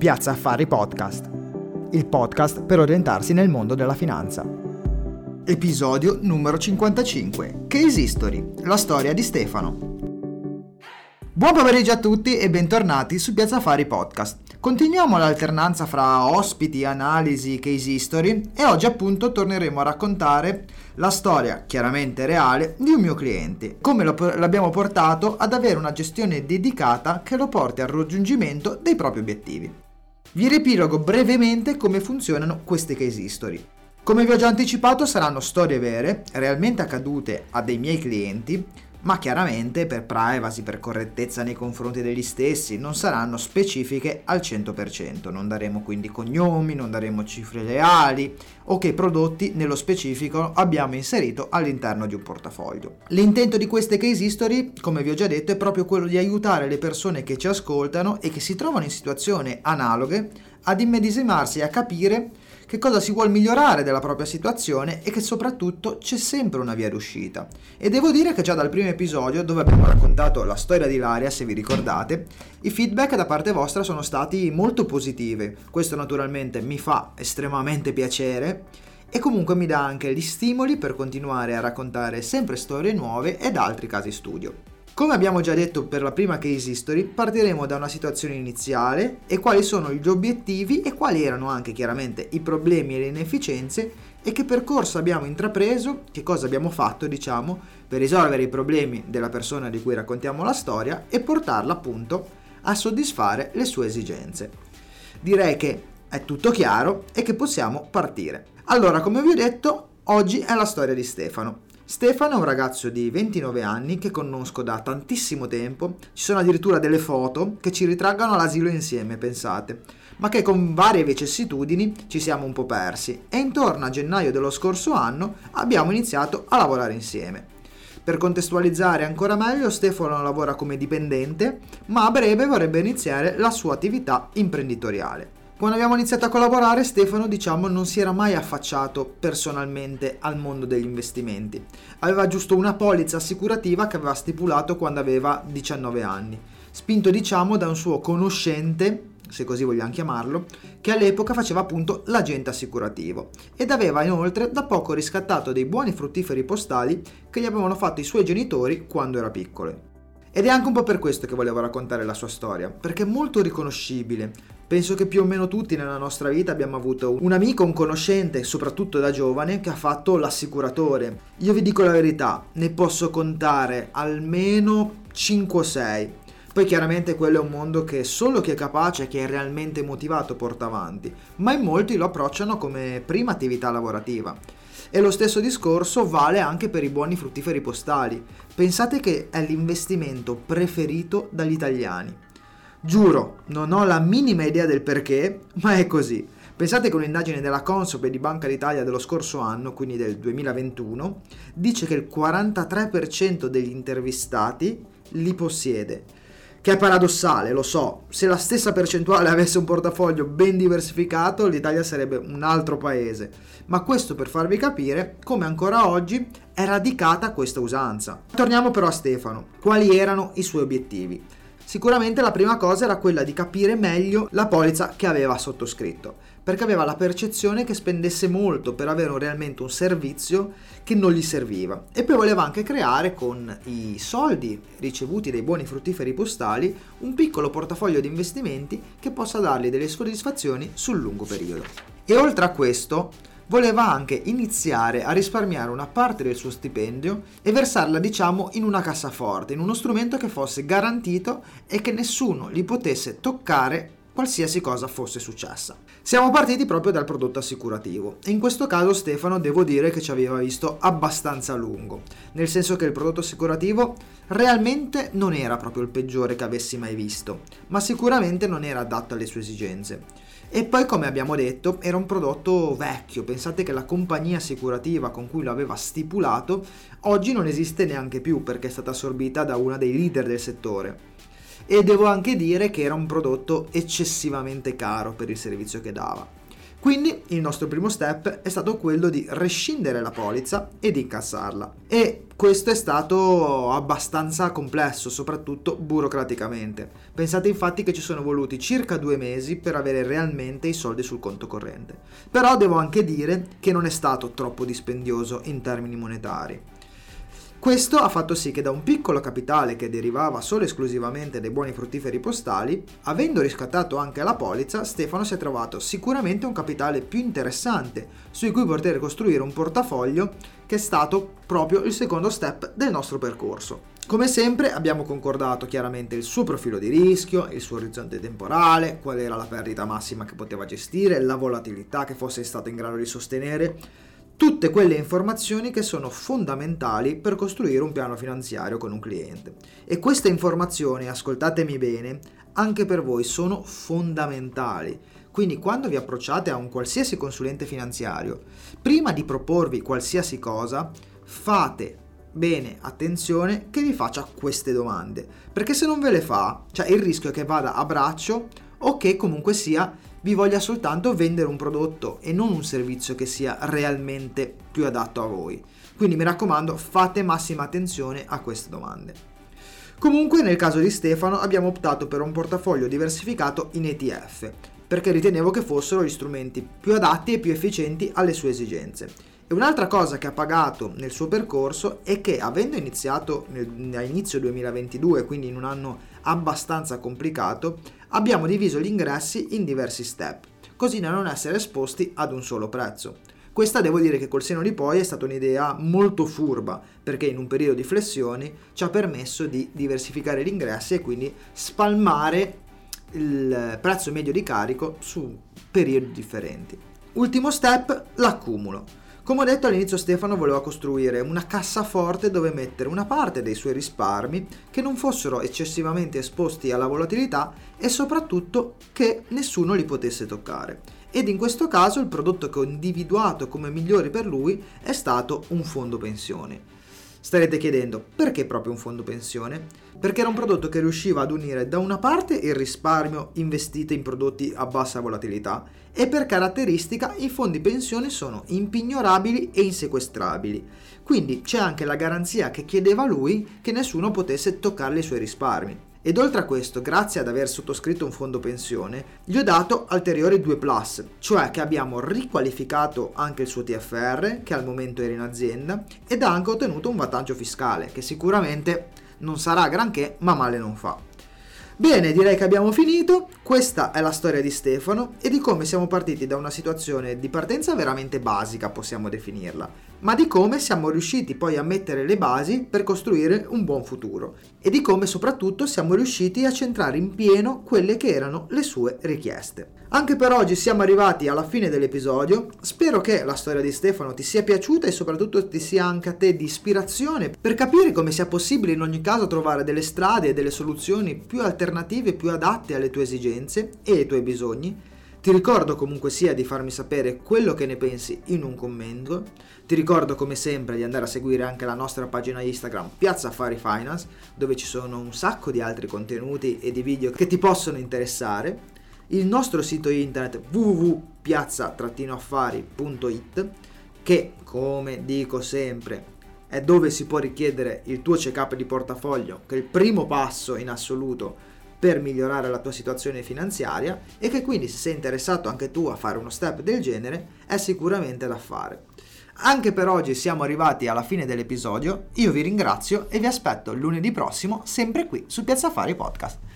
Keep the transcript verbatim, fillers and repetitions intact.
Piazza Affari Podcast, il podcast per orientarsi nel mondo della finanza. Episodio numero cinquantacinque. Case History, la storia di Stefano. Buon pomeriggio a tutti e bentornati su Piazza Affari Podcast. Continuiamo l'alternanza fra ospiti, analisi, case history e oggi appunto torneremo a raccontare la storia, chiaramente reale, di un mio cliente. Come lo, l'abbiamo portato ad avere una gestione dedicata che lo porti al raggiungimento dei propri obiettivi. Vi riepilogo brevemente come funzionano queste case history. Come vi ho già anticipato saranno storie vere, realmente accadute a dei miei clienti, ma chiaramente per privacy, per correttezza nei confronti degli stessi, non saranno specifiche al cento per cento. Non daremo quindi cognomi, non daremo cifre reali o che prodotti nello specifico abbiamo inserito all'interno di un portafoglio. L'intento di queste case history, come vi ho già detto, è proprio quello di aiutare le persone che ci ascoltano e che si trovano in situazioni analoghe ad immedesimarsi e a capire che cosa si vuol migliorare della propria situazione e che soprattutto c'è sempre una via d'uscita. E devo dire che già dal primo episodio, dove abbiamo raccontato la storia di Ilaria, se vi ricordate, i feedback da parte vostra sono stati molto positivi. Questo naturalmente mi fa estremamente piacere e comunque mi dà anche gli stimoli per continuare a raccontare sempre storie nuove ed altri casi studio. Come abbiamo già detto per la prima case history, partiremo da una situazione iniziale e quali sono gli obiettivi e quali erano anche chiaramente i problemi e le inefficienze e che percorso abbiamo intrapreso, che cosa abbiamo fatto diciamo per risolvere i problemi della persona di cui raccontiamo la storia e portarla appunto a soddisfare le sue esigenze. Direi che è tutto chiaro e che possiamo partire. Allora, come vi ho detto, oggi è la storia di Stefano. Stefano è un ragazzo di ventinove anni che conosco da tantissimo tempo, ci sono addirittura delle foto che ci ritraggono all'asilo insieme, pensate, ma che con varie vicissitudini ci siamo un po' persi e intorno a gennaio dello scorso anno abbiamo iniziato a lavorare insieme. Per contestualizzare ancora meglio, Stefano lavora come dipendente, ma a breve vorrebbe iniziare la sua attività imprenditoriale. Quando abbiamo iniziato a collaborare, Stefano, diciamo, non si era mai affacciato personalmente al mondo degli investimenti. Aveva giusto una polizza assicurativa che aveva stipulato quando aveva diciannove anni, spinto, diciamo, da un suo conoscente, se così vogliamo chiamarlo, che all'epoca faceva appunto l'agente assicurativo ed aveva inoltre da poco riscattato dei buoni fruttiferi postali che gli avevano fatto i suoi genitori quando era piccolo. Ed è anche un po' per questo che volevo raccontare la sua storia, perché è molto riconoscibile. Penso che più o meno tutti nella nostra vita abbiamo avuto un amico, un conoscente, soprattutto da giovane, che ha fatto l'assicuratore. Io vi dico la verità, ne posso contare almeno cinque o sei. Poi chiaramente quello è un mondo che solo chi è capace, chi è realmente motivato porta avanti, ma in molti lo approcciano come prima attività lavorativa. E lo stesso discorso vale anche per i buoni fruttiferi postali. Pensate che è l'investimento preferito dagli italiani. Giuro, non ho la minima idea del perché, ma è così. Pensate che un'indagine della Consob e di Banca d'Italia dello scorso anno, quindi del duemilaventuno, dice che il quarantatré per cento degli intervistati li possiede. Che è paradossale, lo so, se la stessa percentuale avesse un portafoglio ben diversificato, l'Italia sarebbe un altro paese. Ma questo per farvi capire come ancora oggi è radicata questa usanza. Torniamo però a Stefano. Quali erano i suoi obiettivi? Sicuramente la prima cosa era quella di capire meglio la polizza che aveva sottoscritto, perché aveva la percezione che spendesse molto per avere realmente un servizio che non gli serviva e poi voleva anche creare con i soldi ricevuti dai buoni fruttiferi postali un piccolo portafoglio di investimenti che possa dargli delle soddisfazioni sul lungo periodo. E oltre a questo voleva anche iniziare a risparmiare una parte del suo stipendio e versarla, diciamo, in una cassaforte, in uno strumento che fosse garantito e che nessuno gli potesse toccare qualsiasi cosa fosse successa. Siamo partiti proprio dal prodotto assicurativo e in questo caso Stefano devo dire che ci aveva visto abbastanza a lungo, nel senso che il prodotto assicurativo realmente non era proprio il peggiore che avessi mai visto, ma sicuramente non era adatto alle sue esigenze. E poi, come abbiamo detto, era un prodotto vecchio. Pensate che la compagnia assicurativa con cui lo aveva stipulato oggi non esiste neanche più perché è stata assorbita da una dei leader del settore. E devo anche dire che era un prodotto eccessivamente caro per il servizio che dava. Quindi il nostro primo step è stato quello di rescindere la polizza e di incassarla. E questo è stato abbastanza complesso, soprattutto burocraticamente. Pensate infatti che ci sono voluti circa due mesi per avere realmente i soldi sul conto corrente. Però devo anche dire che non è stato troppo dispendioso in termini monetari. Questo ha fatto sì che da un piccolo capitale che derivava solo e esclusivamente dai buoni fruttiferi postali, avendo riscattato anche la polizza, Stefano si è trovato sicuramente un capitale più interessante su cui poter costruire un portafoglio che è stato proprio il secondo step del nostro percorso. Come sempre abbiamo concordato chiaramente il suo profilo di rischio, il suo orizzonte temporale, qual era la perdita massima che poteva gestire, la volatilità che fosse stato in grado di sostenere. Tutte quelle informazioni che sono fondamentali per costruire un piano finanziario con un cliente. E queste informazioni, ascoltatemi bene, anche per voi sono fondamentali. Quindi quando vi approcciate a un qualsiasi consulente finanziario, prima di proporvi qualsiasi cosa, fate bene attenzione che vi faccia queste domande. Perché se non ve le fa, cioè il rischio è che vada a braccio o che comunque sia vi voglia soltanto vendere un prodotto e non un servizio che sia realmente più adatto a voi. Quindi mi raccomando, fate massima attenzione a queste domande. Comunque nel caso di Stefano abbiamo optato per un portafoglio diversificato in E T F, perché ritenevo che fossero gli strumenti più adatti e più efficienti alle sue esigenze. E un'altra cosa che ha pagato nel suo percorso è che, avendo iniziato nel, a inizio duemilaventidue, quindi in un anno abbastanza complicato, abbiamo diviso gli ingressi in diversi step, così da non essere esposti ad un solo prezzo. Questa devo dire che col senno di poi è stata un'idea molto furba, perché in un periodo di flessioni ci ha permesso di diversificare gli ingressi e quindi spalmare il prezzo medio di carico su periodi differenti. Ultimo step, l'accumulo. Come ho detto all'inizio, Stefano voleva costruire una cassaforte dove mettere una parte dei suoi risparmi che non fossero eccessivamente esposti alla volatilità e soprattutto che nessuno li potesse toccare. Ed in questo caso il prodotto che ho individuato come migliore per lui è stato un fondo pensione. Starete chiedendo perché proprio un fondo pensione? Perché era un prodotto che riusciva ad unire da una parte il risparmio investito in prodotti a bassa volatilità e per caratteristica i fondi pensione sono impignorabili e insequestrabili. Quindi c'è anche la garanzia che chiedeva lui che nessuno potesse toccare i suoi risparmi. Ed oltre a questo, grazie ad aver sottoscritto un fondo pensione, gli ho dato ulteriori due plus, cioè che abbiamo riqualificato anche il suo T F R, che al momento era in azienda, ed ha anche ottenuto un vantaggio fiscale, che sicuramente non sarà granché, ma male non fa. Bene, direi che abbiamo finito. Questa è la storia di Stefano e di come siamo partiti da una situazione di partenza veramente basica, possiamo definirla, ma di come siamo riusciti poi a mettere le basi per costruire un buon futuro e di come soprattutto siamo riusciti a centrare in pieno quelle che erano le sue richieste. Anche per oggi siamo arrivati alla fine dell'episodio. Spero che la storia di Stefano ti sia piaciuta e soprattutto ti sia anche a te di ispirazione per capire come sia possibile in ogni caso trovare delle strade e delle soluzioni più alternative, più adatte alle tue esigenze e ai tuoi bisogni. Ti ricordo comunque sia di farmi sapere quello che ne pensi in un commento. Ti ricordo come sempre di andare a seguire anche la nostra pagina Instagram Piazza Affari Finance, dove ci sono un sacco di altri contenuti e di video che ti possono interessare. Il nostro sito internet w w w punto piazza affari punto i t, che come dico sempre è dove si può richiedere il tuo check-up di portafoglio, che è il primo passo in assoluto per migliorare la tua situazione finanziaria, e che quindi, se sei interessato anche tu a fare uno step del genere, è sicuramente da fare. Anche per oggi siamo arrivati alla fine dell'episodio. Io vi ringrazio e vi aspetto lunedì prossimo sempre qui su Piazza Affari Podcast.